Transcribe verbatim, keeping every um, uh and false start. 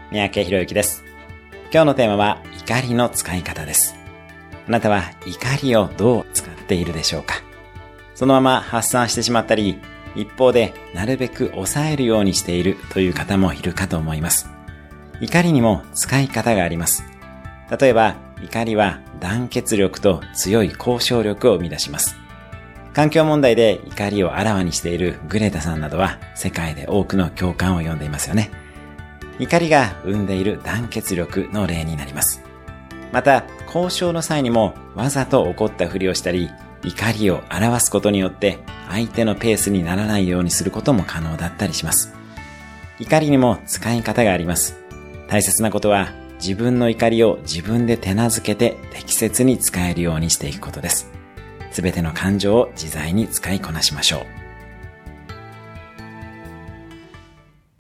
三宅博之です。今日のテーマは怒りの使い方です。あなたは怒りをどう使っているでしょうか？そのまま発散してしまったり、一方でなるべく抑えるようにしているという方もいるかと思います。怒りにも使い方があります。例えば、怒りは団結力と強い交渉力を生み出します。環境問題で怒りをあらわにしているグレタさんなどは世界で多くの共感を呼んでいますよね。怒りが生んでいる団結力の例になります。また、交渉の際にもわざと怒ったふりをしたり、怒りを表すことによって相手のペースにならないようにすることも可能だったりします。怒りにも使い方があります。大切なことは自分の怒りを自分で手なずけて適切に使えるようにしていくことです。すべての感情を自在に使いこなしましょう。